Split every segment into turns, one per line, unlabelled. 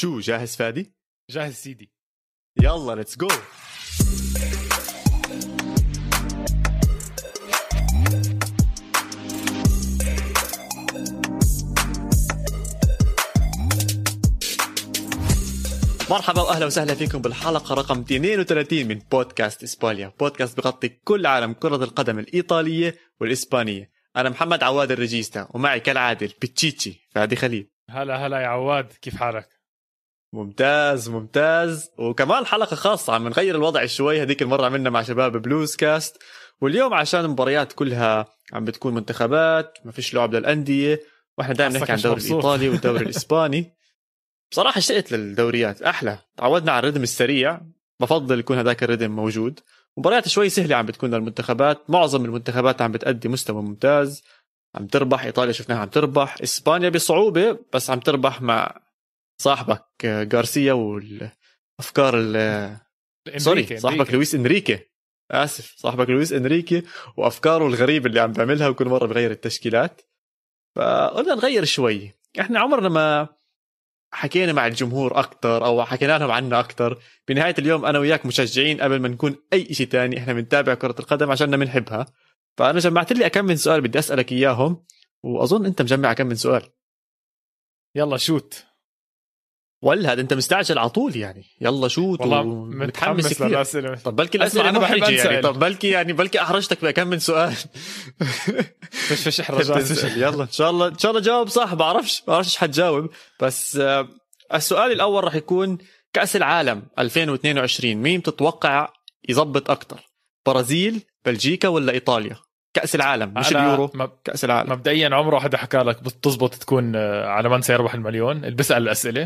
شو جاهز فادي؟
جاهز سيدي.
يلا ليتس جو. مرحبا واهلا وسهلا فيكم بالحلقه رقم 32 من بودكاست اسبانيا، بودكاست بغطي كل عالم كره القدم الايطاليه والاسبانيه. انا محمد عواد الرجيستا، ومعي كالعاده البتشيتشي فادي خليل.
هلا يا عواد، كيف حالك؟
ممتاز. وكمان حلقه خاصه عم نغير الوضع شوي. هذيك المره عملنا مع شباب بلوز كاست، واليوم عشان المباريات كلها عم بتكون منتخبات، ما فيش لعب للانديه، واحنا دائما نحكي عن الدوري الايطالي والدوري الاسباني. بصراحة اشتقت للدوريات، أحلى، تعودنا على الريتم السريع، بفضل يكون هذاك الريتم موجود. مباريات شوي سهلة عم بتكون للمنتخبات، معظم المنتخبات عم بتأدي مستوى ممتاز، عم تربح. إيطاليا شفناها عم تربح، إسبانيا بصعوبة بس عم تربح مع صاحبك غارسيا والأفكار صاحبك لويس إنريكي، آسف، صاحبك لويس إنريكي وأفكاره الغريبة اللي عم بعملها، وكل مرة بغير التشكيلات. فقلنا نغير شوي. إحنا عمرنا ما حكينا مع الجمهور أكتر أو حكينا لهم عنا أكتر. بنهاية اليوم أنا وياك مشجعين قبل ما نكون أي شيء تاني، إحنا بنتابع كرة القدم عشاننا بنحبها. فأنا جمعت لي أكم من سؤال بدي أسألك إياهم، وأظن أنت مجمع كم من سؤال.
يلا شوت.
ولا أنت مستعجل على طول يعني؟ يلا شوت.
والله متحمس للأسئلة.
طب بلكي الأسئلة أنا بحرج يعني. طب بلكي أحرجتك بكم من سؤال.
فش احرج.
يلا إن شاء الله جاوب صح. بعرفش حتجاوب. بس السؤال الأول رح يكون كأس العالم 2022 مين تتوقع يضبط أكتر؟ برازيل، بلجيكا، ولا إيطاليا؟ كأس العالم مش اليورو. كأس العالم
مبدئيا عمره حدا حكى لك بتزبط تكون على من سيربح المليون اللي بسأل الأسئلة.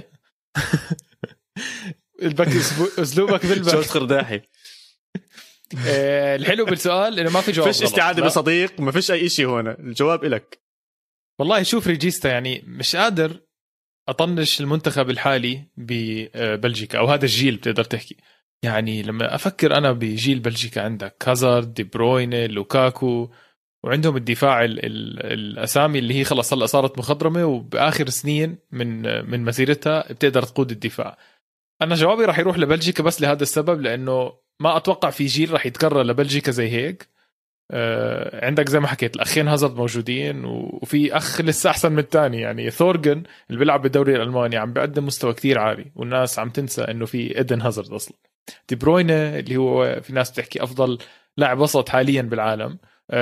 أسلوبك بالبك
شو خرداحي.
الحلو بالسؤال إنه ما في جواب،
فيش استعادة بصديق، ما فيش أي شيء هنا. الجواب إلك.
والله شوف ريجيستا، يعني مش قادر أطنش المنتخب الحالي ببلجيكا أو هذا الجيل بتقدر تحكي. يعني لما أفكر أنا بجيل بلجيكا، عندك هازارد، دي بروين، لوكاكو، وعندهم الدفاع الأسامي اللي هي خلص هلا صارت مخضرمة، وبآخر سنين من مسيرتها بتقدر تقود الدفاع. أنا جوابي راح يروح لبلجيكا بس لهذا السبب، لأنه ما أتوقع في جيل راح يتكرر لبلجيكا زي هيك. عندك زي ما حكيت الأخين هازارد موجودين، وفي أخ لسه أحسن من الثاني يعني ثورغن اللي بيلعب بالدوري الألماني عم بيقدم مستوى كتير عالي، والناس عم تنسى إنه في إيدن هازارد أصلا. دي بروين اللي هو في ناس بتحكي أفضل لاعب وسط حاليا بالعالم.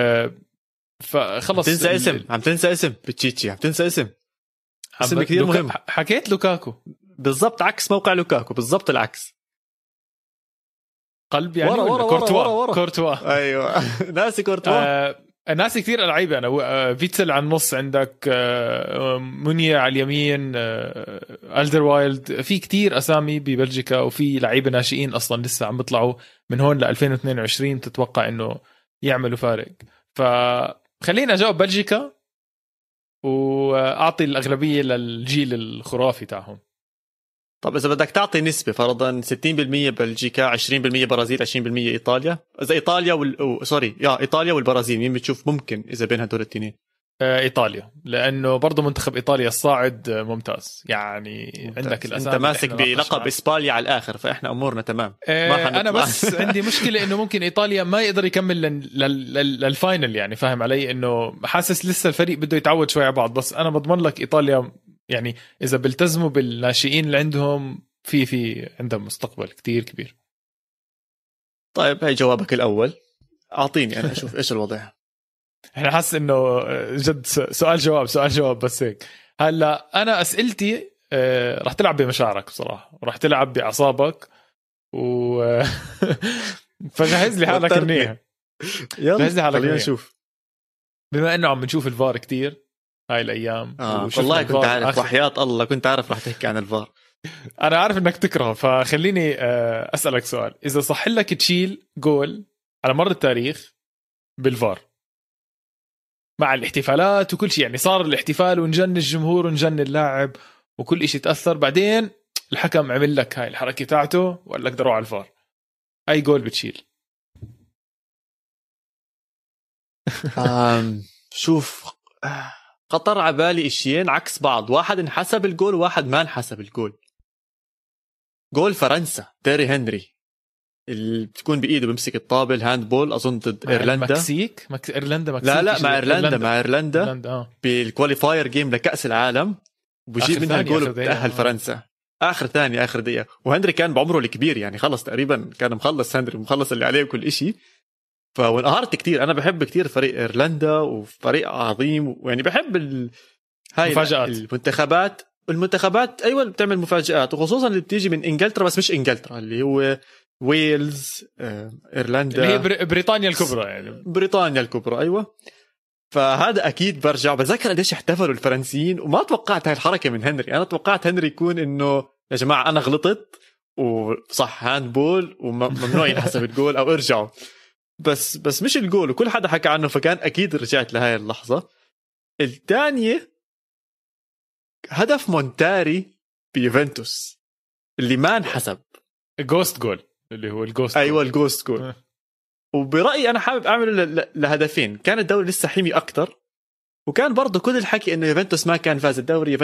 فخلص
عم تنسى اسم بتشيتشي، عم تنسى اسم كثير مهم.
حكيت لوكاكو
بالضبط، عكس موقع لوكاكو، بالضبط العكس.
قلب يعني
ورا.
كورتوا.
ايوه ناسي كورتوا.
ناسي كثير لعيبه انا. فيتسل على النص، عندك مونيا على اليمين، ألدروايلد، في كتير اسامي ببلجيكا، وفي لعيبه ناشئين اصلا لسه عم بيطلعوا من هون ل 2022 تتوقع انه يعملوا فارق. فخلينا اجاوب بلجيكا واعطي الاغلبيه للجيل الخرافي تاعهم.
طب إذا بدك تعطي نسبة، فرضاً 60% بلجيكا، 20% برازيل، 20% إيطاليا. إذا إيطاليا والبرازيل، مين بتشوف ممكن إذا بين هدول الاثنين؟
إيطاليا، لأنه برضو منتخب إيطاليا الصاعد ممتاز يعني. ممتاز. عندك الأسامي،
أنت ماسك بلقب إسبانيا على الآخر، فإحنا أمورنا تمام.
أنا بس عندي مشكلة إنه ممكن إيطاليا ما يقدر يكمل للفاينل، يعني فاهم علي؟ إنه حاسس لسه الفريق بده يتعود شوي على بعض. بس أنا بضمن لك إيطاليا يعني إذا بيلتزموا بالناشئين اللي عندهم في عندهم مستقبل كتير كبير.
طيب هاي جوابك الأول، أعطيني أنا أشوف إيش الوضع.
احنا حاسس إنه جد سؤال جواب بس هيك. هلا أنا أسئلتي رح تلعب بمشاعرك بصراحة، ورح تلعب بأعصابك فجهز لي حالك منيح.
يلا خلينا نشوف.
بما إنه عم نشوف الفار كتير هاي الأيام،
والله كنت عارف، وحياة الله كنت عارف رح تحكي عن الفار.
أنا عارف إنك تكرهه، فخليني أسألك سؤال. إذا صح لك تشيل جول على مر التاريخ بالفار مع الاحتفالات وكل شيء، يعني صار الاحتفال ونجن الجمهور ونجن اللاعب وكل إشي تأثر، بعدين الحكم عمل لك هاي الحركة تاعته وقال لك دروع على الفار، أي جول بتشيل؟
شوف، خطر على بالي اشيين عكس بعض، واحد انحسب الجول وواحد ما انحسب الجول. جول فرنسا تيري هنري اللي بتكون بايده بيمسك الطابل هاند بول اظن ضد ايرلندا
المكسيك ايرلندا مكسيك
لا مع ايرلندا بالكواليفاير جيم لكأس العالم وبجيب منها الجول وتأهل فرنسا اخر دقيقه وهنري كان بعمره الكبير يعني خلص تقريبا كان مخلص هنري مخلص اللي عليه وكل إشي فانقهرت كتير. انا بحب كتير فريق ايرلندا وفريق عظيم ويعني بحب هاي المنتخبات ايوه بتعمل مفاجآت وخصوصا اللي بتيجي من انجلترا بس مش انجلترا اللي هو ويلز ايرلندا
اللي هي بريطانيا الكبرى يعني
بريطانيا الكبرى ايوه. فهذا اكيد برجع بتذكر قديش احتفلوا الفرنسيين وما توقعت هاي الحركه من هنري. انا توقعت هنري يكون انه يا جماعه انا غلطت وصح هاند بول وممنوع ينحسب الجول او ارجعوا بس مش الجول وكل حدا حكى عنه فكان اكيد رجعت لهاي اللحظه. الثانيه هدف مونتاري بيوفنتوس اللي ما انحسب
جوست جول اللي هو الجوست
ايوه الجوست جول وبرأيي انا حابب اعمله لهدفين. كان الدوري لسه حمي اكتر وكان برضه كل الحكي انه يوفنتوس ما كان فاز الدوري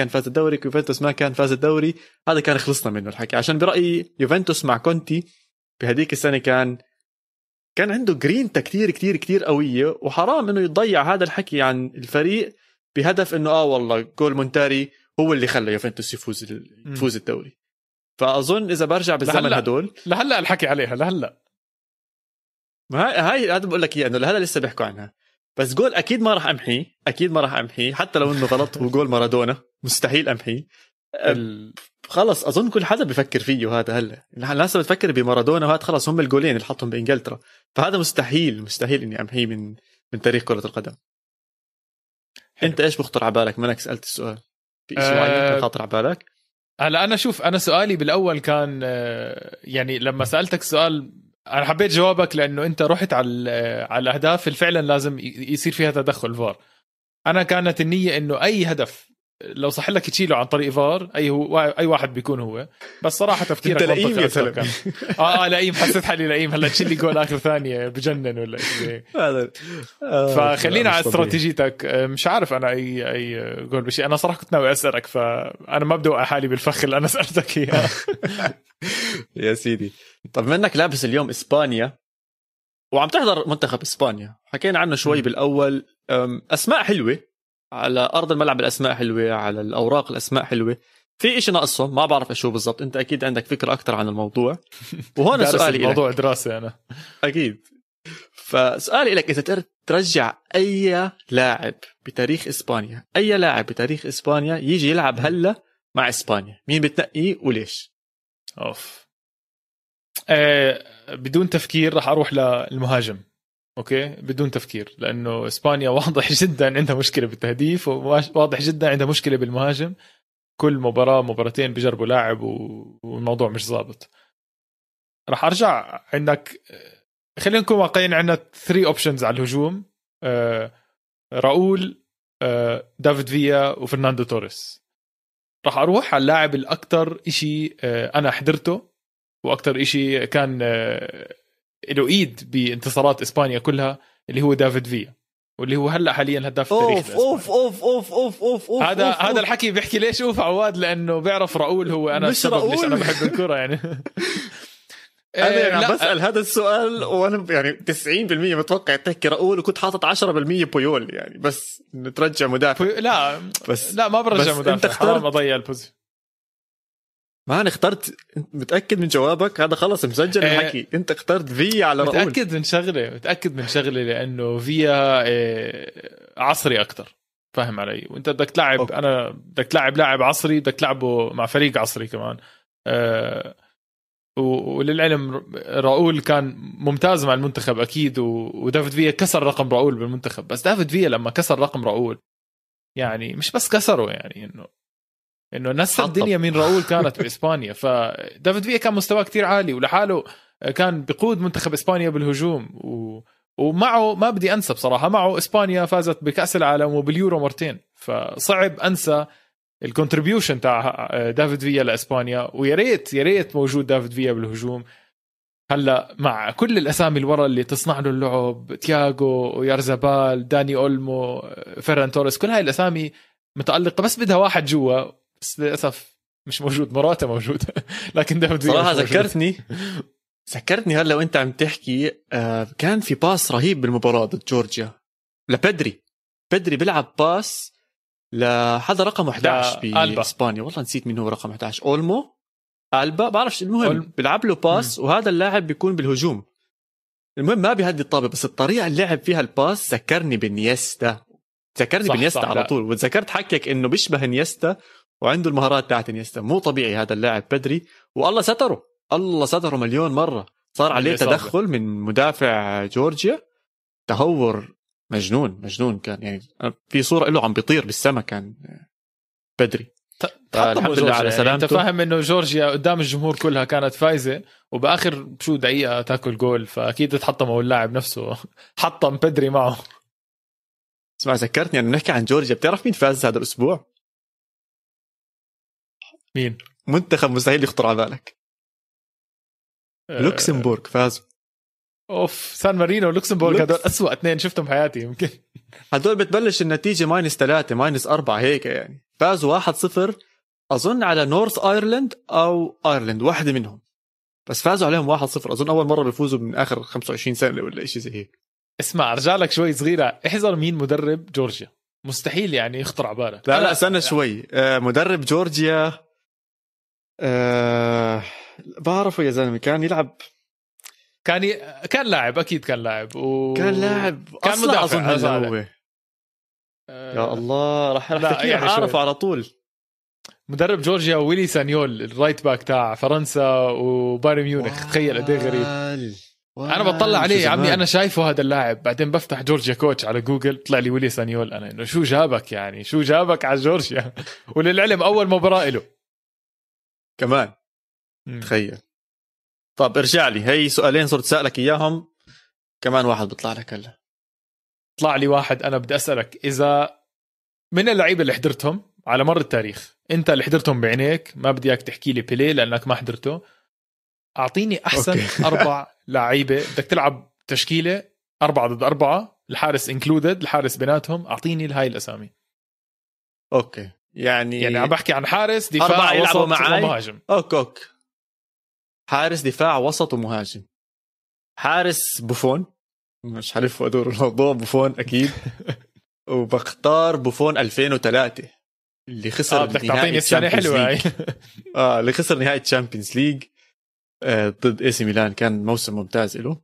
هذا كان خلصنا منه الحكي عشان برأيي يوفنتوس مع كونتي بهديك السنه كان عنده جرينتا كتير كتير كتير قويه وحرام انه يضيع هذا الحكي عن الفريق بهدف انه والله جول مونتاري هو اللي خلى يوفنتوس يفوز الدوري. فاظن اذا برجع بالزمن هدول
لهلا الحكي عليها لهلا
هاي هذا بقول لك انه لهلا لسه بيحكوا عنها بس جول اكيد ما راح امحيه حتى لو انه غلط هو جول مارادونا مستحيل امحيه. خلص اظن كل حدا بيفكر فيه هذا هلا الناس بتفكر بمارادونا وهذا خلص هم الجولين اللي حطهم بانجلترا فهذا مستحيل اني امحيه من تاريخ كرة القدم. انت ايش بخطر على بالك؟ منك سألت السؤال في شيء معين خاطر على بالك؟
هلا انا سؤالي بالاول كان يعني لما سألتك سؤال انا حبيت جوابك لانه انت رحت على الاهداف اللي فعلا لازم يصير فيها تدخل فار. انا كانت النية انه اي هدف لو صح لك تشيله عن طريق فار اي واحد بيكون هو بس صراحه تفكيرك
منطقي اكثر كان
لئيم حسيت حالي لئيم هلا تشيل لي جول اخر ثانيه بجنن ولا شيء فخلينا على استراتيجيتك. مش عارف انا اي جول بشيء. انا صراحه كنت ناوي اسالك فانا ما بدي اوقع حالي بالفخ اللي انا سالتك اياه
يا سيدي. طب منك لابس اليوم اسبانيا وعم تحضر منتخب اسبانيا حكينا عنه شوي بالاول. اسماء حلوه على أرض الملعب الأسماء حلوة على الأوراق الأسماء حلوة في إشي ناقصهم ما بعرف إيش هو بالضبط. أنت أكيد عندك فكرة أكتر عن الموضوع وهون سؤالي
موضوع دراسة أنا
أكيد. فسؤالي لك إذا ترجع أي لاعب بتاريخ إسبانيا يجي يلعب هلا مع إسبانيا مين بتنقيه وليش؟
بدون تفكير رح أروح للمهاجم. اوكي بدون تفكير لانه اسبانيا واضح جدا عندها مشكله بالتهديف وواضح جدا عندها مشكله بالمهاجم. كل مباراتين بيجربوا لاعب والموضوع مش ضابط. راح ارجع عندك خلينا نكون واقعيين عندنا 3 اوبشنز على الهجوم راؤول دافيد فيا وفرناندو توريس. راح اروح على اللاعب الاكثر إشي انا حضرته واكثر إشي كان له ايد بانتصارات اسبانيا كلها اللي هو دافيد فيا واللي هو هلا حاليا هداف التاريخ.
اوف
هذا الحكي بيحكي ليش عواد لانه بيعرف راؤول هو انا السبب ليش انا بحب الكرة يعني
انا يعني بسأل هذا السؤال وانا يعني 90% متوقع تحكي راؤول وكنت حاطط 10% بويول يعني بس نترجع مدافع.
لا ما برجع مدافع حرام اضيع البوزيشن.
ما أنا اخترت متأكد من جوابك هذا خلص مسجل الحكي. أنت اخترت فيا على راؤول.
متأكد من شغلة لأنه فيا عصري أكتر فاهم علي. وأنت بدك تلعب بدك تلعب لاعب عصري بدك تلعبه مع فريق عصري كمان. وللعلم راؤول كان ممتاز مع المنتخب أكيد ودافيد فيا كسر رقم راؤول بالمنتخب. بس دافيد فيا لما كسر رقم راؤول يعني مش بس كسره يعني انه نفس الدنيا من راؤول كانت باسبانيا. فدافيد فيا كان مستواه كتير عالي ولحاله كان بقود منتخب اسبانيا بالهجوم ومعه ما بدي انسى بصراحه معه اسبانيا فازت بكأس العالم وباليورو مرتين. فصعب انسى الكونتريبيوشن تاع دافيد فيا لاسبانيا. ويا ريت موجود دافيد فيا بالهجوم هلا مع كل الاسامي اللي ورا اللي تصنع له اللعب تياغو ويارزابال داني اولمو فيران توريس كل هاي الاسامي متألقة بس بدها واحد جوا بس للأسف مش موجود، مراته موجود لكن ديفيد فيا
صراحة ذكرتني هلا وانت عم تحكي كان في باس رهيب بالمباراة ضد جورجيا لبدري. بدري بيلعب باس لحدا رقم 11 بإسبانيا، والله نسيت مين هو رقم 11، أولمو ألبا بعرفش، المهم بيلعب له باس وهذا اللاعب بيكون بالهجوم. المهم ما بيهدي الطابة، بس الطريقة اللي لعب فيها الباس ذكرني بنيستا، على طول. وتذكرت حكيك انه بيشبه نيستا وعنده المهارات تاعت نيستا، مو طبيعي هذا اللاعب بدري. والله ستره مليون مرة، صار عليه تدخل من مدافع جورجيا، تهور مجنون كان، يعني في صورة له عم بيطير بالسما كان بدري.
الحمد لله على سلامته. انت فاهم انه جورجيا قدام الجمهور كلها كانت فايزة، وبآخر شو دقيقة تاكل جول، فأكيد تحطموا اللاعب نفسه حطم بدري معه.
اسمع ذكرتني أنه نحكي عن جورجيا، بتعرف مين فاز هذا الأسبوع؟
مين؟
منتخب مستحيل يخطر على بالك. لوكسمبورغ فازوا.
اوف، سان مارينو ولوكسمبورغ هدول أسوأ اثنين شفتهم بحياتي يمكن.
هدول بتبلش النتيجة -3 -4 هيك يعني. فازوا 1-0 أظن على نورث ايرلند أو ايرلند، واحدة منهم، بس فازوا عليهم 1-0. أظن أول مرة بيفوزوا من آخر 25 سنة ولا إشي زي هيك.
اسمع ارجع لك شوي صغيرة، احذر مين مدرب جورجيا، مستحيل يعني يخطر على بالك.
لا استنى شوي. مدرب جورجيا بعرفه يا زلمة، كان يلعب،
كان لاعب، اكيد كان لاعب
كان لاعب
كان مدافع
اظن هو. يا الله راح تحكي يعني اعرفه على طول.
مدرب جورجيا ويلي سانيول، الرايت باك تاع فرنسا وبايرن ميونخ. تخيل قد ايه غريب. انا بطلع عليه يا عمي، انا شايفه هذا اللاعب، بعدين بفتح جورجيا كوتش على جوجل طلع لي ويلي سانيول. انا انه شو جابك يعني، شو جابك على جورجيا وللعلم اول مباراة له
كمان. تخيل. طب ارجع لي، هي سؤالين صرت سألك اياهم، كمان واحد بيطلع لك هلا.
طلع لي واحد. انا بدي اسالك، اذا من اللعيبه اللي حضرتهم على مر التاريخ، انت اللي حضرتهم بعينيك، ما بدي اياك تحكي لي بيليه لانك ما حضرته، اعطيني احسن 4 لعيبه بدك تلعب تشكيله 4 ضد 4، الحارس انكلودد، الحارس بيناتهم، اعطيني هاي الاسامي.
اوكي يعني
عم بحكي عن حارس، دفاع، وسط ومهاجم.
اوكي حارس، دفاع، وسط ومهاجم. حارس بوفون، مش عارف ادور الموضوع، بوفون اكيد. وبختار بوفون 2003 اللي خسر
بدك تعطيني السنه حلوه هاي.
اللي خسر نهائي تشامبيونز ليج ضد اي سي ميلان، كان موسم ممتاز له.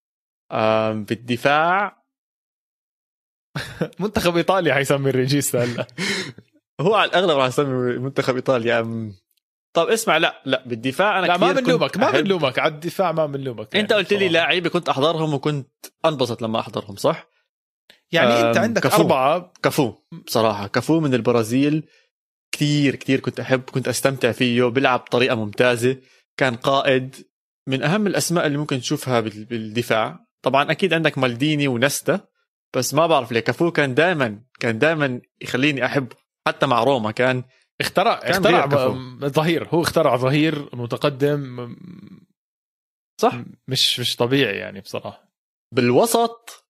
بالدفاع
منتخب ايطاليا حيسمي الريجيستا هلا.
هو على الاغلب راح يسمي منتخب ايطاليا. طب اسمع، لا بالدفاع انا
ما بنلومك على الدفاع، ما بنلومك
انت قلت لي لاعيبه كنت احضرهم وكنت انبسط لما احضرهم، صح؟
يعني انت عندك
كفو.
4.
كفو بصراحه، كفو من البرازيل كتير كنت احب، كنت استمتع فيه، بيلعب بطريقه ممتازه، كان قائد، من اهم الاسماء اللي ممكن تشوفها بالدفاع. طبعا اكيد عندك مالديني ونستا، بس ما بعرف ليه كفو كان دائما يخليني احبه، حتى مع روما كان
اخترع ظهير، هو اخترع ظهير متقدم،
صح،
مش طبيعي يعني بصراحة.
بالوسط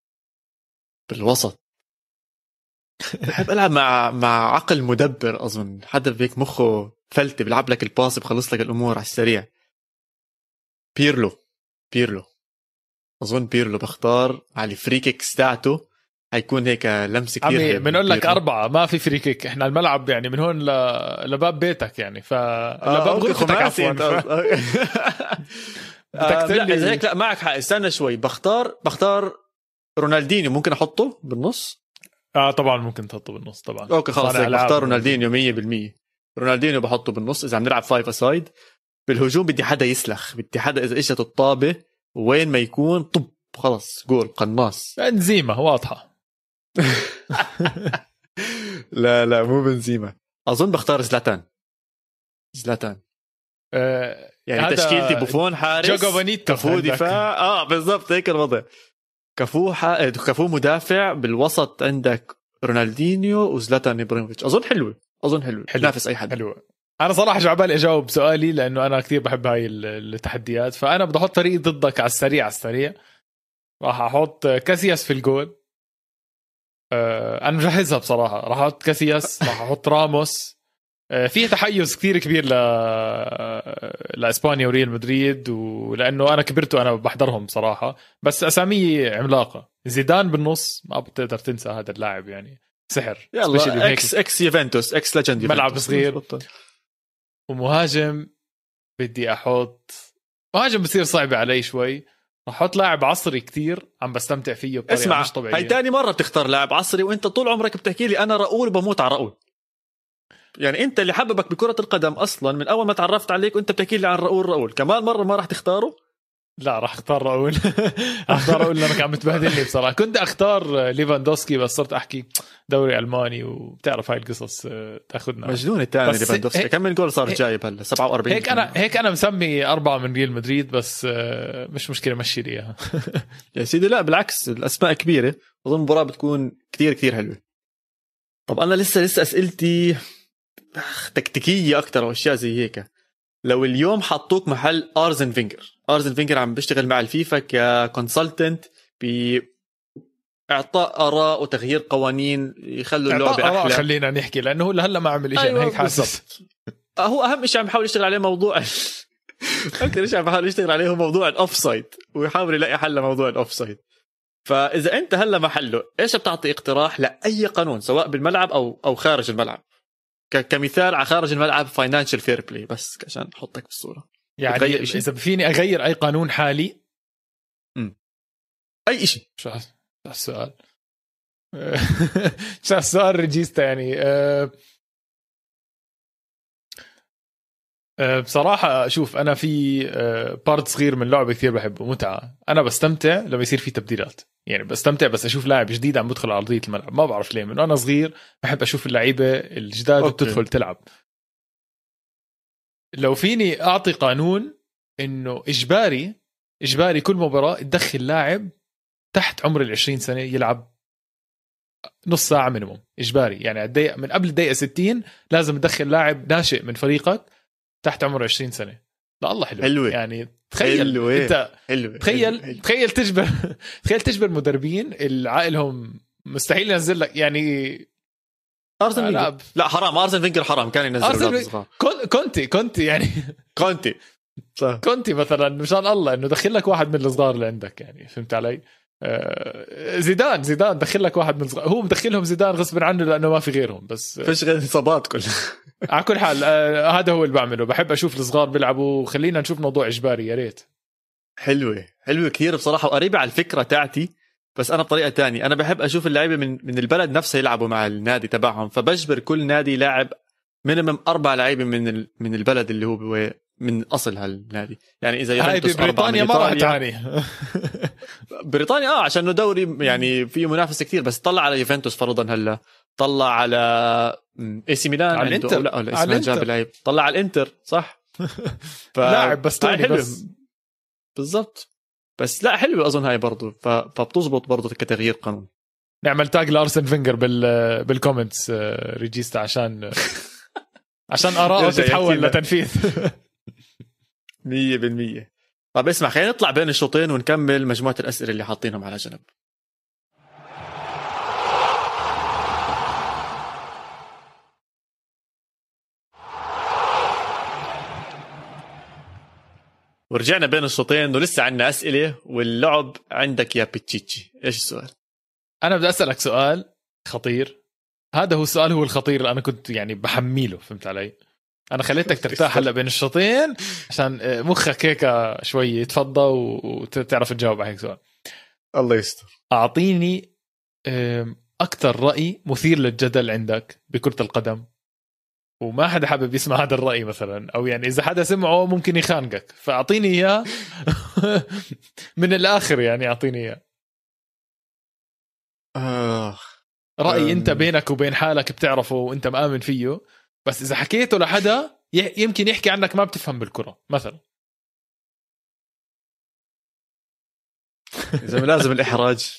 بحب العب مع عقل مدبر، اظن حدا بيك مخه فلتة، بيلعب لك الباس، بخلص لك الامور على السريع. بيرلو اظن بيرلو بختار على الفري كيكس تاعته، حيكون هيك لمسه كثير.
بنقول لك 4 ما في فري كيك، احنا الملعب يعني من هون لباب بيتك يعني، لباب غرفتك عفوا.
لا هيك لا، معك حق. استنى شوي، بختار رونالدينيو، ممكن احطه بالنص.
طبعا ممكن تحطه بالنص طبعا.
اوكي خلاص، بختار رونالدينيو 100%. رونالدينيو بحطه بالنص اذا عم نلعب 5 اسايد. بالهجوم بدي حدا يسلخ، بدي حدا اذا اجت الطابه وين ما يكون طب خلص جول، قناص.
بنزيما واضحه.
لا مو بنزيما، اظن بختار زلاتان. يعني تشكيلتي بوفون حارس، كفو دفاع. بالضبط هيك الوضع. كفو مدافع، بالوسط عندك رونالدينيو وزلاتان إبراهيموفيتش. اظن حلوه نافس اي حد.
حلوه. انا صراحه جعبالي اجاوب سؤالي لانه انا كثير بحب هاي التحديات، فانا بدي احط فريق ضدك على السريع. راح احط كاسياس في الجول. انا مجهزها بصراحه، راح احط كاسياس، راح احط راموس، في تحيز كثير كبير لإسبانيا وريال مدريد، ولأنه أنا كبرت وأنا بحضرهم بصراحة، بس أسامي عملاقة. زيدان بالنص ما بتقدر تنسى هذا اللاعب، يعني سحر.
يلا اكس يوفنتوس، اكس ليجند،
ملعب صغير. ومهاجم بدي أحط مهاجم بصير صعب علي شوي، رح أحط لاعب عصري كتير عم بستمتع فيه بطريقة مش طبيعية.
هاي تاني مرة بتختار لاعب عصري وانت طول عمرك بتحكي لي أنا راؤول بموت على راؤول. يعني انت اللي حببك بكرة القدم اصلا من اول ما تعرفت عليك وانت بتحكي لي عن راؤول كمان مرة ما راح تختاره.
لا راح اختار راؤول. اختار راؤول لانك عم تبهدلني بصراحة. كنت اختار ليفاندوسكي بس صرت احكي دوري الماني وبتعرف هاي القصص تاخذنا.
مجنون الثاني ليفاندوسكي. كم من جول صار جايب هلا؟ 47.
هيك انا مسمي 4 من ريال مدريد، بس مش مشكلة مشي لي اياها.
يا سيدي لا بالعكس، الاسماء كبيرة، اظن المباراة بتكون كتير كتير حلوة. طب انا لسه اسئلتي تكتيكية اكتر واشياء زي هيك. لو اليوم حطوك محل ارسن فينجر عم بيشتغل مع الفيفا ككونسلتنت بإعطاء آراء وتغيير قوانين يخلوا اللعبة أحلى.
خلينا نحكي لأنه هو هلا ما عمل شيء. أيوة هيك حاسس.
هو أهم شيء عم يحاول يشتغل عليه موضوع أكثر شيء عم يحاول يشتغل عليه هو موضوع الأوفسايد، ويحاول يلاقي حل لموضوع الأوفسايد. فإذا أنت هلا محله إيش بتعطي اقتراح لأي قانون سواء بالملعب أو خارج الملعب؟ كمثال على خارج الملعب فاينانشال فير بلاي، بس عشان احطك بالصوره.
يعني اذا فيني اغير اي قانون حالي
اي شيء.
شو السؤال؟ شو السؤال ريجيستا؟ يعني بصراحة شوف أنا في بارت صغير من لعبة كثير بحبه، متعة. أنا بستمتع لما يصير في تبديلات، يعني بستمتع بس أشوف لاعب جديد عم بدخل على أرضية الملعب. ما بعرف ليه، من أنا صغير بحب أشوف اللعيبة الجداد بتدخل تلعب. لو فيني أعطي قانون إنه إجباري كل مباراة تدخل لاعب تحت عمر 20 سنة يلعب نص ساعة مينيموم إجباري، يعني من قبل الدقيقة 60 لازم تدخل لاعب ناشئ من فريقك تحت عمره 20 سنة. لا الله حلو. يعني تخيل انت تخيل تجبر مدربين العائلهم مستحيل ينزل لك. يعني
ارسن لا حرام، ارسن فينجر حرام كان ينزل اولاد صغار.
كنت يعني كنت مثلا مشان الله انه دخل لك واحد من الصغار اللي عندك، يعني فهمت علي؟ زيدان دخل لك واحد من الصغار، هو مدخلهم زيدان غصب عنه لانه ما في غيرهم، بس
فيش غير اصابات كلها.
على كل حال هذا هو اللي بعمله، بحب اشوف الصغار بيلعبوا. خلينا نشوف موضوع اجباري يا ريت.
حلوه كثير بصراحه وقريبه على الفكره تاعتي، بس انا بطريقه تانية. انا بحب اشوف اللعيبه من البلد نفسه يلعبوا مع النادي تبعهم، فبجبر كل نادي لاعب مينيمم 4 لاعبين من البلد اللي هو من اصل هالنادي. يعني اذا يوفنتوس
بريطانيا ما راح تعاني.
بريطانيا عشان انه دوري يعني فيه منافسه كثير. بس طلع على يوفنتوس فرضا، هلا طلع على اي سي ميلان
على الانتر.
لا جاب لعيب طلع على الانتر صح.
لاعب بس
بالضبط. بس لا حلوه اظن هاي برضو، فبتزبط برضو كتغيير قانون.
نعمل تاج لارسن فينجر بالكومنتس ريجيستا عشان آراءه تتحول لتنفيذ.
100%. طب اسمع، خلينا نطلع بين الشوطين ونكمل مجموعة الأسئلة اللي حاطينهم على جنب. ورجعنا بين الشوطين ولسه عندنا أسئلة، واللعب عندك يا بيتشيتشي. إيش السؤال؟
أنا بدي أسألك سؤال خطير. هذا هو السؤال، هو الخطير اللي أنا كنت يعني بحميله، فهمت علي؟ أنا خليتك ترتاح هلا بين الشوطين عشان مخك هيك شوي يتفضى وتعرف تجاوب على هيك سؤال.
الله يستر.
أعطيني أكتر رأي مثير للجدل عندك بكرة القدم، وما حدا حابب يسمع هذا الرأي مثلا، أو يعني إذا حدا سمعه ممكن يخانقك، فأعطيني إياه. من الآخر يعني أعطيني إياه. رأي أنت بينك وبين حالك بتعرفه وأنت مآمن فيه، بس إذا حكيته لحدا يمكن يحكي عنك ما بتفهم بالكرة مثلا.
إذا لازم الإحراج.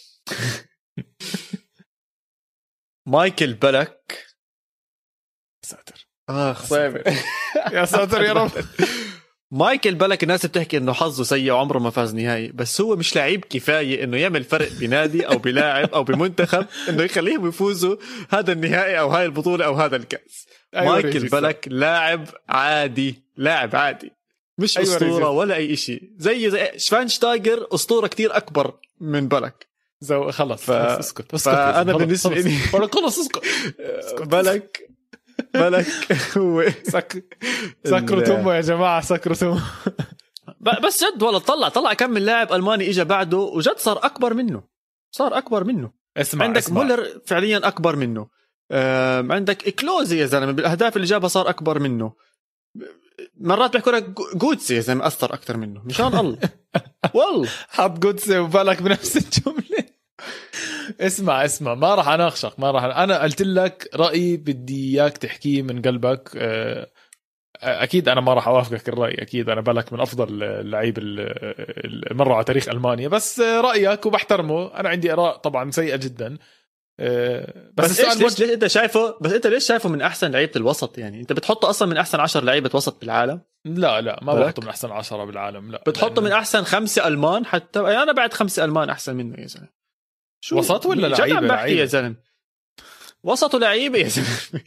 مايكل بلك.
ساتر.
صعب.
يا ساتر يا رب.
مايكل بلك الناس بتحكي انه حظه سيء وعمره ما فاز نهائي، بس هو مش لعيب كفايه انه يعمل فرق بنادي او بلاعب او بمنتخب انه يخليهم يفوزوا هذا النهائي او هاي البطوله او هذا الكاس. أيوة مايكل بلك لاعب عادي، لاعب عادي، مش أيوة اسطوره ولا اي شيء. زي شفاينشتايجر اسطوره كتير اكبر من بلك.
خلص اسكت
فانا بالنسبه لي
خلص اسكت.
بلك هو
سكروا امه يا جماعه، سكروا امه.
بس جد والله طلع كم من لاعب الماني اجى بعده وجد صار اكبر منه. عندك مولر فعليا اكبر منه، عندك كلوزي يا زلمه بالاهداف اللي جابها صار اكبر منه. مرات بيحكوا لك جوتسي يا زلمه اثر اكثر منه مشان الله. والله
حط جوتسي وبالك بنفس الجمله. اسمع ما راح اناقشك، انا قلت لك رايي بدي اياك تحكيه من قلبك. اكيد انا ما راح اوافقك الراي، اكيد انا بالك من افضل اللعيب المره على تاريخ المانيا، بس رايك وبحترمه. انا عندي اراء طبعا سيئه جدا.
بس ليش انت شايفه؟ بس انت ليش شايفه من احسن لعيبه الوسط؟ يعني انت بتحطه اصلا من احسن 10 لعيبه وسط بالعالم؟
لا ما بحطه من احسن 10 بالعالم، لا
بتحطه من احسن 5 المان حتى. انا بعد 5 المان احسن منه يا زلمه.
وسط ولا لعيبه
يا زلمه؟ وسط ولعيبه يا زلمه.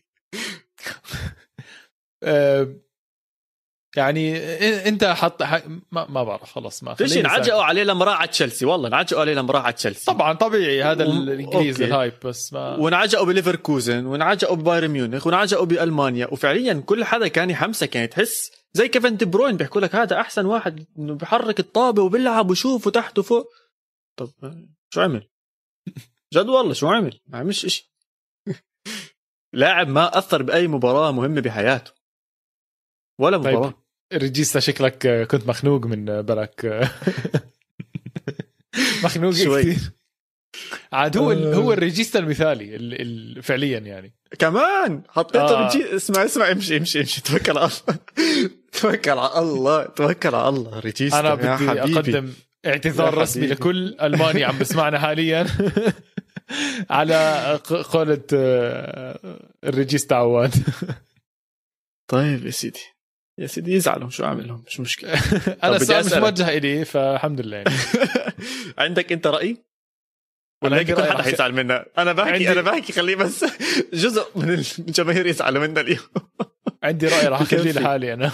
يعني انت حط ما بعرف خلص. ما
فيش نعجقوا عليه لما راح على تشيلسي، والله نعجقوا عليه لما راح على تشيلسي.
طبعا طبيعي هذا الانجليزي الهايب، بس ما
ونعجقوا بليفركوزن ونعجقوا ببايرن ميونخ ونعجقوا بالمانيا. وفعليا كل حدا كان يحمسك، يعني تحس زي كيفن دي بروين بيحكوا لك هذا احسن واحد انه بيحرك الطابه وبيلعب وشوف وتحت وفوق. طب شو عمل؟ جد والله شو عمل؟ ما عملش إشي. لاعب ما أثر بأي مباراة مهمة بحياته ولا مباراة.
طيب ريجيستا شكلك كنت مخنوق من بالك. مخنوق كثير. عاد هو الريجيستا المثالي فعليا يعني.
كمان حطيته اسمع امشي توكل على الله توكل على الله. ريجيستا
أنا بدي أقدم اعتذار رسمي لكل ألماني عم بسمعنا حاليا على قولة الريجيستا عواد.
طيب يا سيدي يزعلوا، شو أعمل لهم؟ مش مشكلة.
أنا السؤال مش موجه إلي فالحمد لله يعني.
عندك أنت رأي؟ ولا هيك كل حدا حيزعل منا؟ أنا بحكي خليه بس جزء من الجماهير يزعلوا منا اليوم.
عندي رأي راح أخليه لحالي أنا.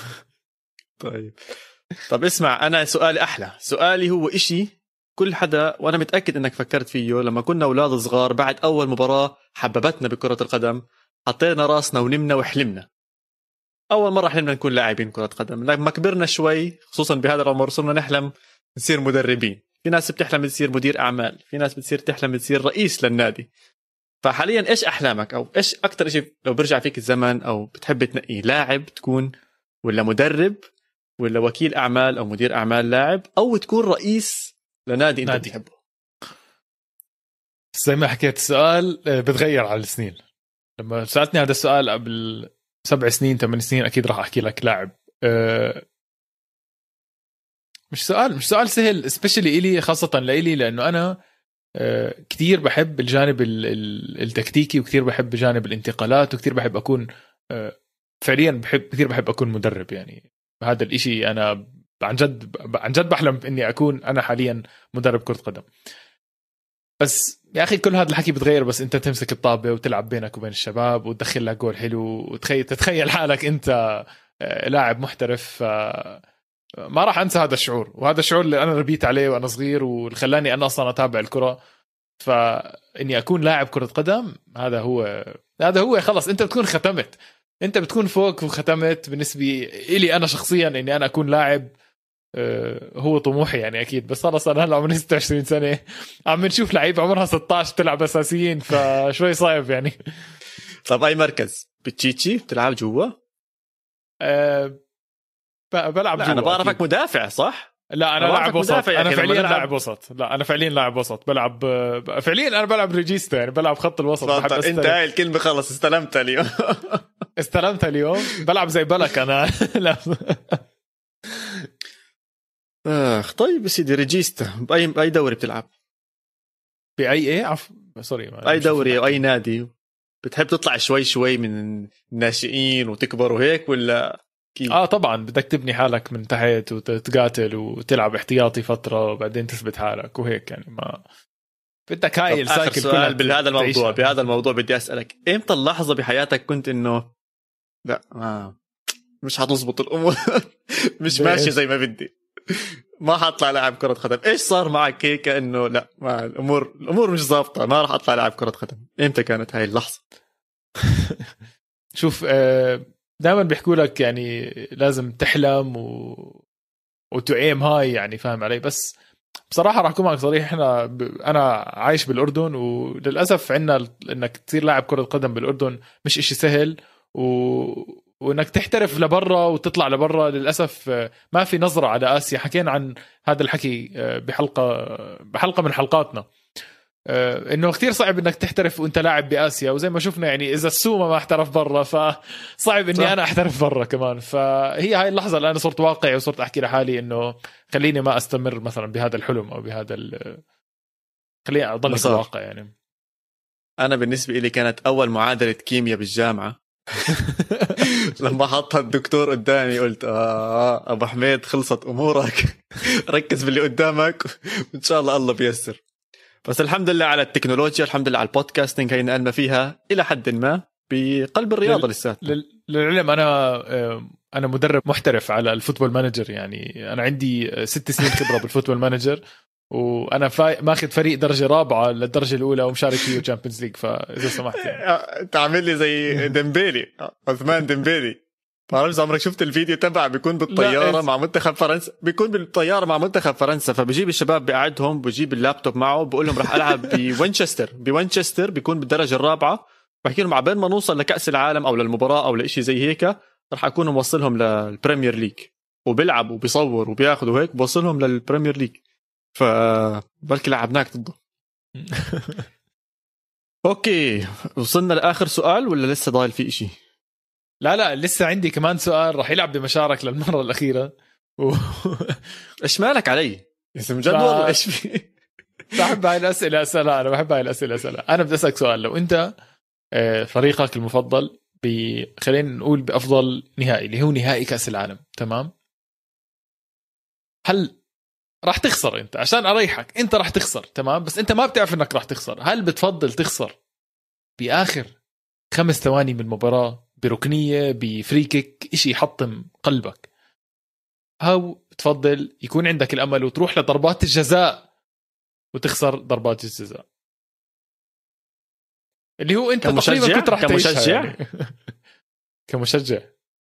طب اسمع، أنا سؤالي أحلى. سؤالي هو إشي كل حدا، وأنا متأكد إنك فكرت فيه لما كنا أولاد صغار بعد أول مباراة حببتنا بكرة القدم، حطينا راسنا ونمنا وحلمنا. أول مرة حلمنا نكون لاعبين كرة قدم. لما كبرنا شوي خصوصا بهذا العمر صرنا نحلم نصير مدربين. في ناس بتحلم تصير مدير أعمال، في ناس تحلم تصير رئيس للنادي. فحاليا إيش أحلامك؟ أو إيش أكتر إشي لو برجع فيك الزمن أو بتحب تنقيه؟ لاعب تكون، ولا مدرب، ولا وكيل أعمال أو مدير أعمال لاعب، أو تكون رئيس لنادي أنت بتحبه؟
زي ما حكيت السؤال بتغير على السنين. لما سألتني هذا السؤال قبل 7 سنين 8 سنين أكيد راح أحكي لك لاعب. مش سؤال سهل especially إلي، خاصة لإلي لأنه أنا كتير بحب الجانب التكتيكي، وكتير بحب جانب الانتقالات، وكتير بحب أكون فعليا كتير بحب أكون مدرب. يعني هذا الإشي أنا عن جد بحلم إني أكون أنا حاليا مدرب كرة قدم. بس يا أخي كل هذا الحكي بتغير بس أنت تمسك الطابة وتلعب بينك وبين الشباب وتدخل لك جول حلو وتتخيل حالك أنت لاعب محترف. ما راح أنسى هذا الشعور، وهذا الشعور اللي أنا ربيت عليه وأنا صغير واللي خلاني أنا أصلا أتابع الكرة. فإني أكون لاعب كرة قدم هذا هو خلص أنت بتكون ختمت، أنت بتكون فوق وختمت. بالنسبة إلي أنا شخصيا إني أنا أكون لاعب هو طموحي يعني أكيد. بس خلص أنا هلا عمري 26 سنة، عم نشوف لعيبة عمرها 16 تلعب أساسيين، فشوي صعب يعني.
طب أي مركز بتشيتشي بتلعب جوا؟
بلعب جوا.
أنا بعرفك مدافع صح؟
لا أنا لاعب وسط. أنا فعليا لاعب وسط. لا أنا فعليا لاعب وسط. بلعب فعليا أنا بلعب ريجيستا، يعني بلعب خط الوسط.
أنت هاي الكلمة خلص استلمتها اليوم. بلعب زي بلك أنا. لا طيب يا سيدي ريجيستا بأي دوري بتلعب؟
بأي سوري
أي دوري أو أي نادي بتحب تطلع شوي من الناشئين وتكبر وهيك، ولا
طبعا بدك تبني حالك من تحت وتقاتل وتلعب احتياطي فترة وبعدين تثبت حالك وهيك يعني. ما بدك هاي السايكل كلها.
بهذا الموضوع بدي أسألك امتى اللحظة بحياتك كنت انه لا مش هتظبط الامور مش ماشي زي ما بدي، ما حطلع لاعب كرة قدم؟ ايش صار معك هيك انه لا ما الامور مش ظابطة، ما راح اطلع لاعب كرة قدم؟ امتى كانت هاي اللحظة؟
شوف دائما بيحكوا لك يعني لازم تحلم وتعيم هاي يعني، فاهم علي؟ بس بصراحة راح أكون معك صريح، أنا عايش بالأردن، وللأسف عنا إنك تصير لاعب كرة قدم بالأردن مش إشي سهل، وإنك تحترف لبرا وتطلع لبرا للأسف ما في نظرة على آسيا. حكينا عن هذا الحكي بحلقة من حلقاتنا، انه كثير صعب انك تحترف وانت لاعب بآسيا، وزي ما شفنا يعني اذا السومة ما احترف برا فصعب اني انا احترف برا كمان. فهي هاي اللحظة اللي انا صرت واقعي وصرت احكي لحالي انه خليني ما استمر مثلا بهذا الحلم او بهذا خليني اضل في الواقع يعني.
انا بالنسبة لي كانت اول معادلة كيمياء بالجامعة لما حطها الدكتور قدامي قلت ابو حميد خلصت امورك ركز باللي قدامك وان شاء الله بيسر. بس الحمد لله على التكنولوجيا، الحمد لله على البودكاستنج، هي نقلنا فيها إلى حد ما بقلب الرياضة لساتنا.
للعلم أنا مدرب محترف على الفوتبول مانجر، يعني أنا عندي 6 سنين خبرة بالفوتبول مانجر، وأنا ماخذ فريق درجة رابعة للدرجة الأولى ومشارك فيه تشامبيونز ليج. فإذا سمحت يعني
تعمل لي زي ديمبيلي، عثمان ديمبيلي، ما بعرف عمرك شفت الفيديو تبع بيكون بالطياره مع منتخب فرنسا، بيكون بالطياره مع منتخب فرنسا، فبجيب الشباب بقعدهم، بجيب اللابتوب معه، بقول لهم راح العب بوينشستر بيكون بالدرجه الرابعه، بحكي لهم عبين ما نوصل لكاس العالم او للمباراه او لإشي زي هيك راح اكون موصلهم للبريمير ليج، وبيلعب وبيصور وبياخذوا هيك بوصلهم للبريمير ليج. فبلكي لعبناك ضده. اوكي وصلنا لاخر سؤال ولا لسه ضايل في إشي؟
لا لسه عندي كمان سؤال راح يلعب بمشارك للمرة الأخيرة
إيش مالك علي؟ اسم جد والله إيش في؟
بحب هاي الأسئلة أسألها، أنا بحب هاي الأسئلة أسألها. أنا بدي أسألك سؤال، لو أنت فريقك المفضل خلينا نقول بأفضل نهائي اللي هو نهائي كأس العالم، تمام؟ هل راح تخسر أنت؟ عشان أريحك أنت راح تخسر، تمام؟ بس أنت ما بتعرف أنك راح تخسر. هل بتفضل تخسر بآخر 5 ثواني من المباراة بركنية بفريكك إشي يحطم قلبك، أو بتفضل يكون عندك الأمل وتروح لضربات الجزاء وتخسر ضربات الجزاء اللي هو أنت تقريبا كنت راح تعيشها يعني. كمشجع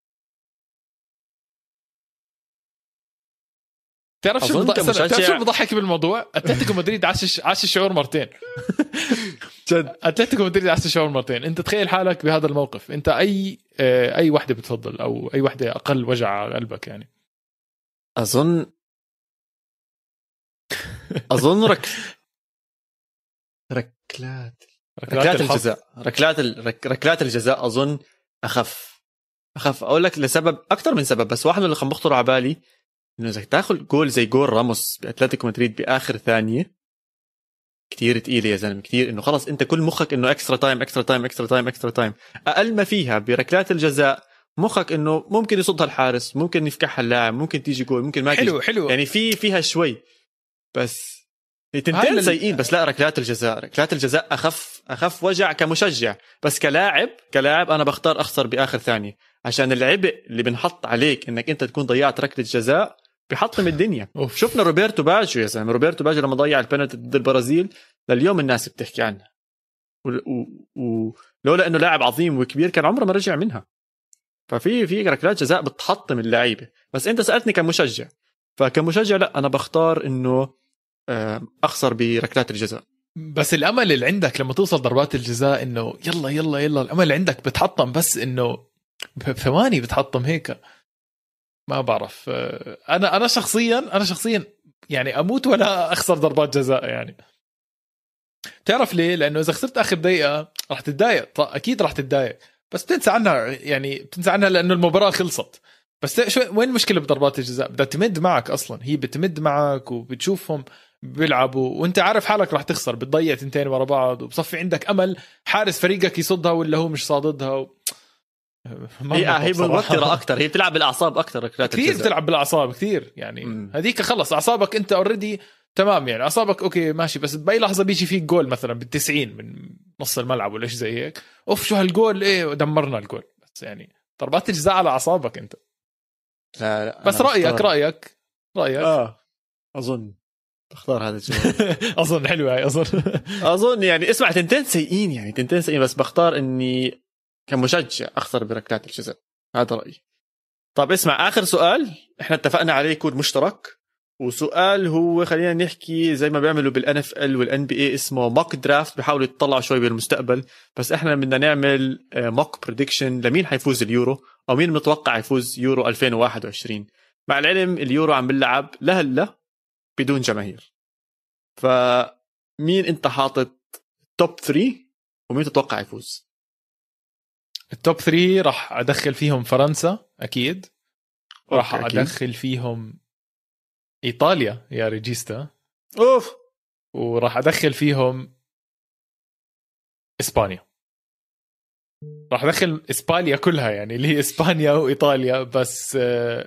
تعرف شو بضحك بالموضوع؟ أتلتيكو مدريد عاش الشعور مرتين. جد أتلتيكو مدريد عاش الشعور مرتين. أنت تخيل حالك بهذا الموقف، أنت أي واحدة بتفضل أو أي واحدة أقل وجع على قلبك يعني؟
أظن ركلات الجزاء، ركلات الجزاء أظن أخف. أقول لك لسبب أكتر من سبب، بس واحد من اللي بخطر على بالي إنه إذا تاخذ جول زي جول راموس بأتلتيكو مدريد بآخر ثانية كتير تقيلة يا زلمة، كتير إنه خلاص أنت كل مخك إنه إكسترا تايم. أقل ما فيها بركلات الجزاء مخك إنه ممكن يصدها الحارس، ممكن يفكحها اللاعب، ممكن تيجي جول، ممكن ما تيجي.
حلو
يعني فيها شوي، بس تنتين سيئين. بس لا ركلات الجزاء أخف وجع كمشجع، بس كلاعب أنا بختار أخسر بآخر ثانية، عشان العبء اللي بنحط عليك إنك أنت تكون ضيعت ركلة جزاء بيحطم الدنيا. شفنا روبرتو باجيو يا زلمة، لما ضيع البنالتي ضد البرازيل لليوم الناس بتحكي عنه، ولولا إنه لاعب عظيم وكبير كان عمره ما رجع منها. ففي ركلات جزاء بتحطم اللعيبة. بس أنت سألتني كمشجع، فكمشجع لا أنا بختار إنه أخسر بركلات الجزاء.
بس الأمل اللي عندك لما توصل ضربات الجزاء إنه يلا الأمل اللي عندك بتحطم، بس إنه بثواني بتحطم هيك. ما بعرف، أنا شخصيا يعني أموت ولا أخسر ضربات جزاء يعني. تعرف ليه؟ لأنه إذا خسرت آخر دقيقة راح تتضايق، أكيد راح تتضايق، بس بتنسى عنها لأنه المباراة خلصت. بس وين المشكلة بضربات الجزاء؟ بدها تمد معك أصلا، هي بتمد معك وبتشوفهم بيلعبوا وانت عارف حالك راح تخسر، بتضيع 2 ورا بعض، وبصفي عندك أمل حارس فريقك يصدها ولا هو مش صاددها
هي موترة اكثر، هي بتلعب بالاعصاب اكثر،
كثير بتلعب بالاعصاب كثير يعني. هذيك خلص اعصابك انت اوريدي تمام يعني، اعصابك اوكي ماشي، بس باي لحظه بيجي فيك جول مثلا بال90 من نص الملعب ولا شيء زي هيك، اوف شو هالجول، ايه دمرنا الجول. بس يعني ضربات الجزاء على اعصابك انت.
لا
بس رايك
اظن تختار هذا الجواب.
اظن حلوه هاي.
اظن يعني اسمع، تنتين سيئين يعني، تنتين سيئين، بس بختار اني كمشجع اخسر بركلات الجزاء، هذا رايي. طب اسمع، اخر سؤال احنا اتفقنا عليه يكون مشترك، وسؤال هو خلينا نحكي زي ما بيعملوا بالان اف ال والان بي اي، اسمه موك درافت، بيحاولوا يطلعوا شوي بالمستقبل، بس احنا بدنا نعمل موك بريدكشن لمين حيفوز اليورو، او مين متوقع يفوز يورو 2021. مع العلم اليورو عم بلعب لهلا بدون جماهير، فمين انت حاطط توب 3 ومين تتوقع يفوز؟
التوب 3 راح ادخل فيهم فرنسا اكيد، راح ادخل فيهم ايطاليا يا ريجيستا،
اوف،
وراح ادخل فيهم اسبانيا. راح ادخل اسبانيا كلها يعني، اللي هي اسبانيا وايطاليا، بس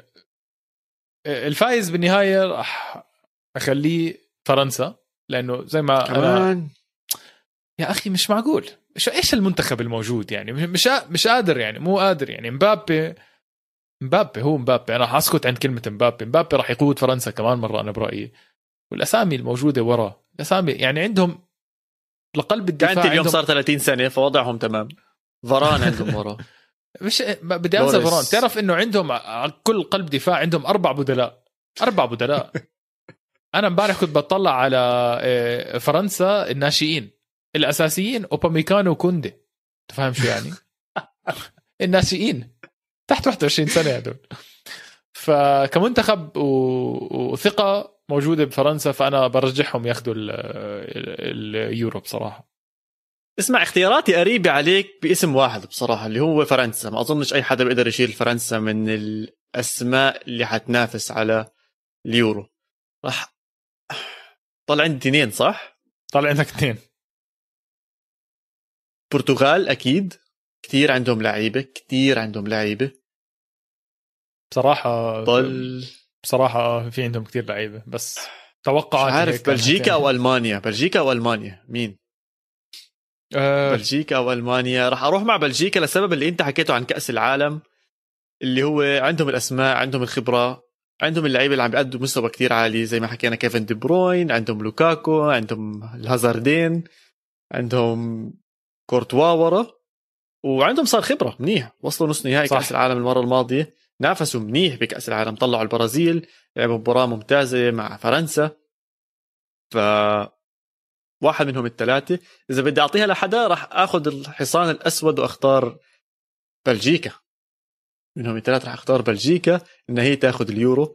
الفايز بالنهايه راح اخليه فرنسا، لانه زي ما
كمان
يا اخي مش معقول، ايش المنتخب الموجود يعني، مش قادر يعني، مو قادر يعني. مبابي هو مبابي، انا حاسكت عن كلمه مبابي راح يقود فرنسا كمان مره انا برايي. والاسامي الموجوده ورا، الاسامي يعني عندهم لقلب الدفاع،
كانت اليوم صار 30 سنه فوضعهم تمام. فران عندهم ورا
مش بدي انسى فران. تعرف انه عندهم على كل قلب دفاع عندهم 4 بدلاء. انا امبارح كنت بطلع على فرنسا الناشئين، الاساسيين اوباميكانو وكوندي، تفهم شو يعني؟ الناشئين تحت 21 سنه هذول. فكمنتخب وثقه موجوده بفرنسا، فانا برجحهم ياخذوا اليورو بصراحه.
اسمع، اختياراتي قريبه عليك باسم واحد بصراحه، اللي هو فرنسا. ما اظنش اي حدا بيقدر يشيل فرنسا من الاسماء اللي حتنافس على اليورو. راح طلع عندي 2 صح؟
طلع عندك 2.
برتغال اكيد، كتير عندهم لعيبه
بصراحه. بصراحه في عندهم كتير لعيبه، بس توقعات
عارف بلجيكا او المانيا مين؟ بلجيكا او المانيا. راح اروح مع بلجيكا لسبب اللي انت حكيته عن كأس العالم، اللي هو عندهم الاسماء، عندهم الخبره، عندهم اللعيبه اللي عم بيأدوا مستوى كتير عالي، زي ما حكينا كيفن دي بروين، عندهم لوكاكو، عندهم الهازاردين، عندهم كورتوا ورا، وعندهم صار خبره منيح، وصلوا نص نهائي كأس العالم المره الماضيه، نافسوا منيح بكأس العالم، طلعوا البرازيل، لعبوا مباراه ممتازه مع فرنسا. ف واحد منهم الثلاثه. اذا بدي اعطيها لحدا راح اخذ الحصان الاسود واختار بلجيكا. منهم الثلاثه راح اختار بلجيكا ان هي تاخذ اليورو.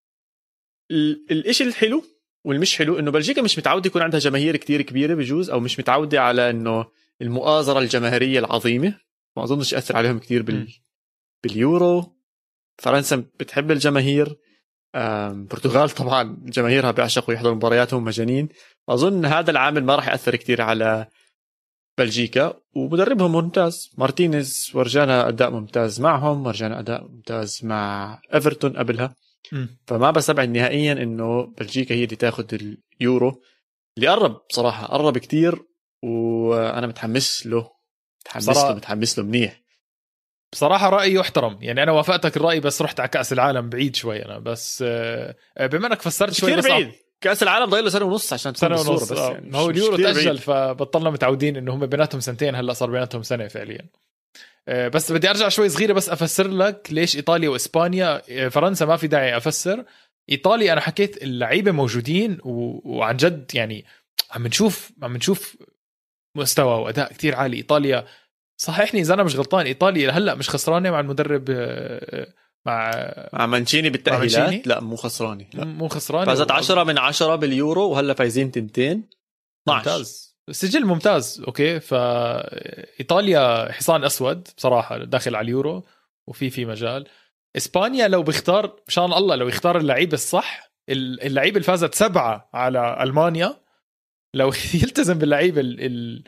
الاشي الحلو والمش حلو انه بلجيكا مش متعوده يكون عندها جماهير كتير كبيره بجوز، او مش متعوده على انه المؤازره الجماهيريه العظيمه، ما اظنش ياثر عليهم كتير باليورو. فرنسا بتحب الجماهير، برتغال طبعا جماهيرها بيعشقوا يحضروا مبارياتهم مجانين. اظن هذا العامل ما راح ياثر كتير على بلجيكا، ومدربهم ممتاز مارتينيز، ورجانا اداء ممتاز معهم، ورجانا اداء ممتاز مع ايفرتون قبلها. فما بستبعد نهائيا انه بلجيكا هي اللي تاخذ اليورو، اللي قرب كتير، وانا متحمس له منيح
بصراحة. رأيي يحترم يعني، أنا وافقتك الرأي، بس رحت على كأس العالم بعيد شوي أنا، بس بما أنك فسرت شوي
بس بعيد. كأس العالم ضايله سنة ونص عشان تكون بالصورة، بس يعني
ما هو اليورو تأجل، فبطلنا متعودين إنه هم بيناتهم 2 هلأ صار بيناتهم سنة فعليا. بس بدي أرجع شوي صغيرة بس أفسر لك ليش إيطاليا وإسبانيا. فرنسا ما في داعي أفسر. إيطاليا أنا حكيت اللعيبة موجودين وعن جد يعني عم نشوف مستوى وأداء كتير عالي. إيطاليا صحيحني إذا أنا مش غلطان، إيطاليا هلأ مش خسرانة مع المدرب مع
مانشيني بالتأهيلات. لا مو خسرانة، فازت 10 من 10 باليورو، وهلأ فايزين 2.
ممتاز، سجل ممتاز. أوكي، فإيطاليا حصان أسود بصراحة داخل على اليورو، وفي مجال. إسبانيا لو بيختار إن شاء الله، لو يختار اللعيبة الصح، اللعيبة اللي فازت 7 على ألمانيا، لو يلتزم باللعيبة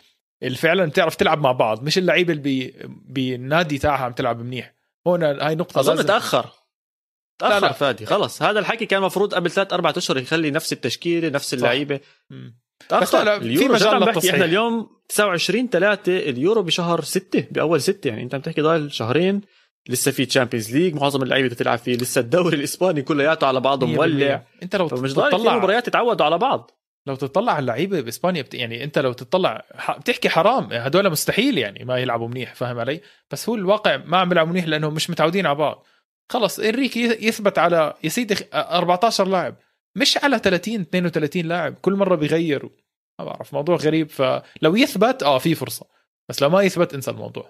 اللي فعلا بتعرف تلعب مع بعض، مش اللعيبه اللي بالنادي تاعها عم تلعب منيح. هون هاي نقطه
اظن تاخر
لا.
فادي خلص، هذا الحكي كان مفروض قبل 3-4 اشهر يخلي نفس التشكيله نفس اللعيبه.
بس لا في مجال للتصحيح.
احنا اليوم 29/3 اليورو بشهر 6 باول 6، يعني انت عم تحكي ضايل شهرين، لسه في تشامبيونز ليج معظم اللعيبه بتلعب فيه، لسه الدوري الاسباني كلياته على بعضه مولع.
انت لو
مش ضايل في مباريات تتعودوا على بعض.
لو تطلع على اللعيبه باسبانيا يعني انت لو تطلع بتحكي حرام، هدول مستحيل يعني ما يلعبوا منيح، فاهم علي؟ بس هو الواقع ما عم يلعبوا منيح لانهم مش متعودين على بعض. خلص انريكي يثبت على يا سيدي 14 لاعب، مش على 30-32 لاعب، كل مره بيغير. ما بعرف، موضوع غريب. فلو يثبت في فرصه، بس لو ما يثبت انسى الموضوع.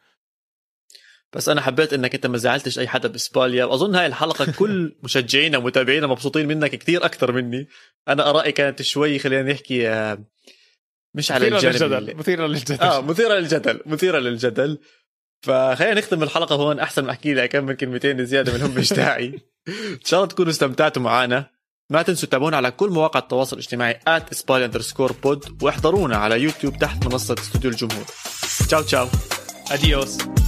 بس انا حبيت انك انت ما زعلتش اي حدا باسبانيا، واظن هاي الحلقه كل مشجعينا ومتابعينا مبسوطين منك كثير اكثر مني. انا ارائي كانت شوي خلينا نحكي مش على الجانب مثيره للجدل. فخلينا نختم الحلقه هون، احسن ما احكي لك كم كلمتين زياده منهم مش داعي. ان شاء الله تكونوا استمتعتوا معنا. ما تنسوا تتابعونا على كل مواقع التواصل الاجتماعي @espali_pod، واحضرونا على يوتيوب تحت منصه استوديو الجمهور. تشاو اديوس.